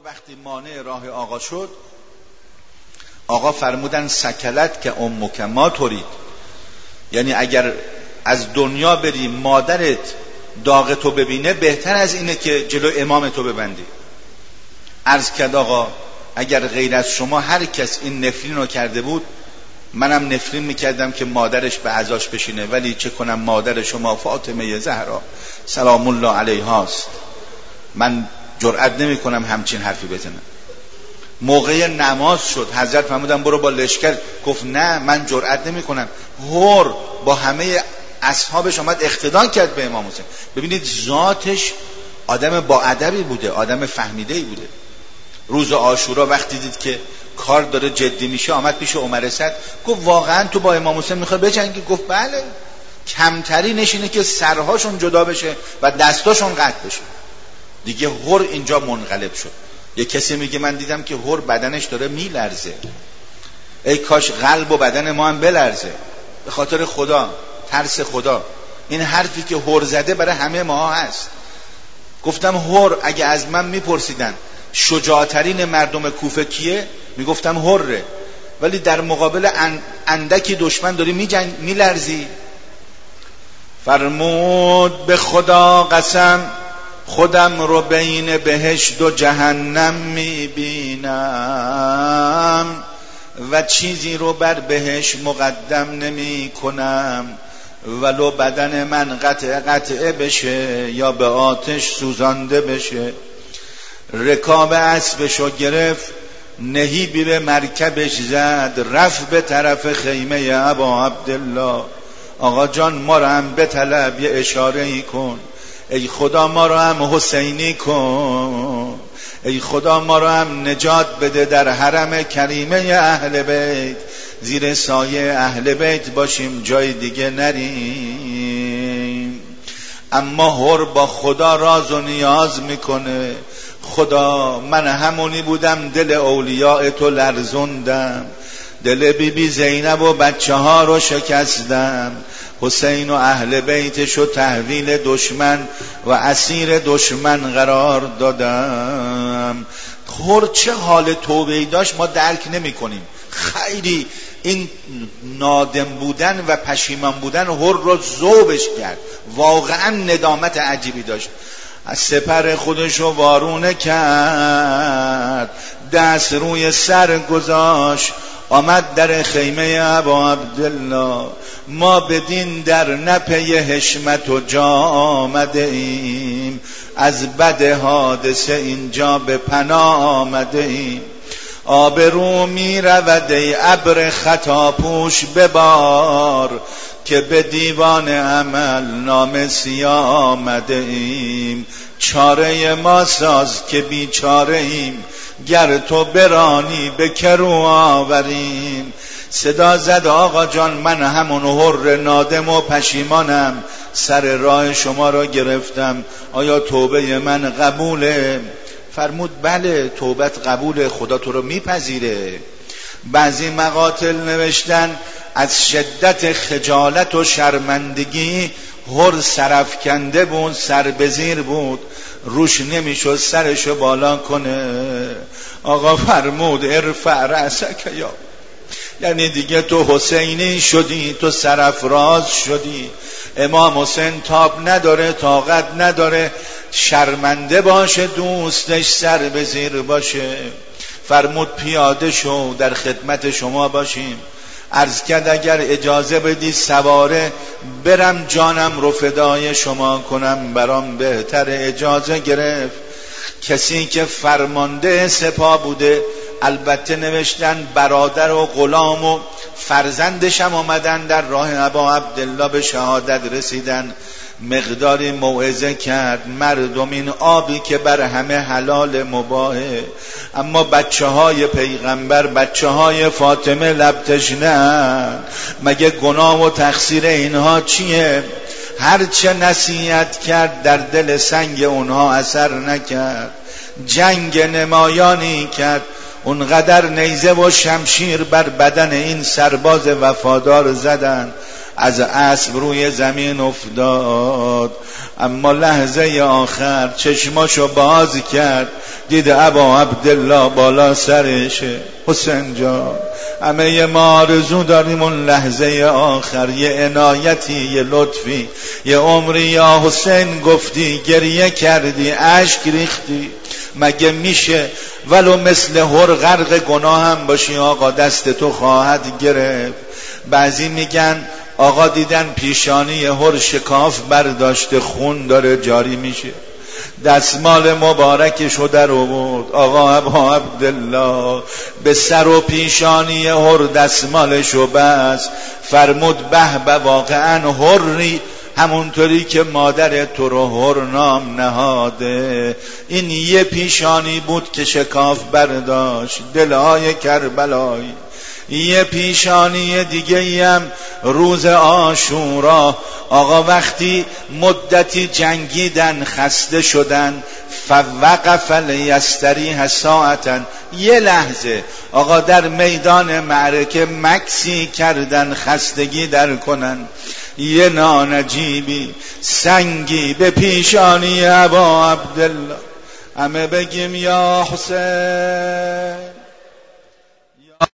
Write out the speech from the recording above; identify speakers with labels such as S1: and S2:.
S1: وقتی مانع راه آقا شد، آقا فرمودن سکلت که امک ما ترید، یعنی اگر از دنیا بری مادرت داغ تو ببینه بهتر از اینه که جلو امام تو ببندی. عرض کرد آقا اگر غیر از شما هر کس این نفرین رو کرده بود منم نفرین میکردم که مادرش به عزاش بشینه، ولی چه کنم مادر شما فاطمه زهرا سلام الله علیها است، من جرئت نمی کنم همچین حرفی بزنم. موقع نماز شد حضرت فرمودن برو با لشکر، گفت نه من جرئت نمی کنم. هور با همه اصحابش آمد اقتدا کرد به امام حسین. ببینید ذاتش آدم با ادبی بوده، آدم فهمیده‌ای بوده. روز عاشورا وقتی دید که کار داره جدی میشه آمد پیش عمر سعد گفت واقعا تو با امام حسین میخوای بجنگی؟ گفت بله، کمترینش اینه که سرهاشون جدا بشه و دستاشون قطع بشه. دیگه هور اینجا منقلب شد. یه کسی میگه من دیدم که هور بدنش داره میلرزه، ای کاش قلب و بدن ما هم بلرزه به خاطر خدا، ترس خدا. این حرفی که هور زده برای همه ما هست. گفتم هور اگه از من میپرسیدن شجاعترین مردم کوفه کیه میگفتم هوره، ولی در مقابل اندکی دشمن داری میلرزی. فرمود به خدا قسم خودم رو بین بهشت و جهنم میبینم و چیزی رو بر بهشت مقدم نمی کنم، ولو بدن من قطعه بشه یا به آتش سوزانده بشه. رکاب اسبشو گرفت نهیبی به مرکبش زد، رفت به طرف خیمه ابا عبدالله. آقا جان ما رو هم به طلب یه اشاره ای کن، ای خدا ما رو هم حسینی کن، ای خدا ما رو هم نجات بده در حرم کریمه اهل بیت، زیر سایه اهل بیت باشیم جای دیگه نریم. اما هور با خدا راز و نیاز میکنه، خدا من همونی بودم دل اولیاء تو لرزوندم، دل بی بی زینب و بچه ها رو شکستم، حسین و اهل بیتشو تحویل دشمن و اسیر دشمن قرار دادم. هور چه حال توبه‌ای داشت ما درک نمی کنیم. خیلی این نادم بودن و پشیمان بودن هور رو ذوبش کرد، واقعا ندامت عجیبی داشت. از سپر خودشو وارونه کرد، دست روی سر گذاشت، آمد در خیمه ابا عبدالله. ما بدین در نپی حشمت و جا آمده ایم، از بد حادثه اینجا به پناه آمده ایم. آبرو می رود ای ابر خطاپوش ببار، که به دیوان عمل نام سیاه آمده ایم. چاره ما ساز که بیچاره ایم، گر تو برانی به کرو آوریم. صدا زد آقا جان من همون هر نادم و پشیمانم، سر راه شما را گرفتم، آیا توبه من قبوله؟ فرمود بله توبت قبوله، خدا تو رو میپذیره. بعضی مقاتل نوشتن از شدت خجالت و شرمندگی هر سرفکنده بود، سر بزیر بود، روش نمیشد سرشو بالا کنه. آقا فرمود ارفع رأسک یا، یعنی دیگه تو حسینی شدی، تو سرافراز شدی. امام حسین تاب نداره، طاقت نداره، شرمنده باشه، دوستش سر بزیر باشه. فرمود پیاده شو در خدمت شما باشیم. عرض کرد اگر اجازه بدی سواره برم جانم رو فدای شما کنم، برام بهتر. اجازه گرفت. کسی که فرمانده سپاه بوده، البته نوشتن برادر و غلام و فرزندش هم آمدن در راه ابا عبدالله به شهادت رسیدن. مقداری موعظه کرد مردم این آبی که بر همه حلال مباهه، اما بچه های پیغمبر، بچه های فاطمه لب تشنه‌اند، مگه گناه و تقصیر اینها چیه؟ هرچه نصیحت کرد در دل سنگ اونها اثر نکرد. جنگ نمایانی کرد، اونقدر نیزه و شمشیر بر بدن این سرباز وفادار زدن، از اسب روی زمین افتاد. اما لحظه آخر چشماشو باز کرد، دید ابا عبدالله بالا سرشه. حسین جان همه ما آرزو داریم اون لحظه آخر یه عنایتی، یه لطفی، یه عمری یا حسین گفتی، گریه کردی، اشک ریختی. مگه میشه ولو مثل هر غرق گناه هم باشی آقا دست تو خواهد گرفت؟ بعضی میگن آقا دیدن پیشانی هر شکاف برداشته، خون داره جاری میشه، دستمال مبارکشو در آورد. آقا ابا عبدالله به سر و پیشانی هر دستمالشو بس، فرمود به به واقعا هری همونطوری که مادر تو رو هر نام نهاده. این یه پیشانی بود که شکاف برداشت دلهای کربلایی. یه پیشانی دیگه هم روز عاشورا، آقا وقتی مدتی جنگیدن خسته شدن، فوقف لیستریح ساعتا، یه لحظه آقا در میدان معرکه مکسی کردن خستگی در کنن. یه نانجیبی سنگی به پیشانی ابا عبدالله، همه بگیم یا حسین.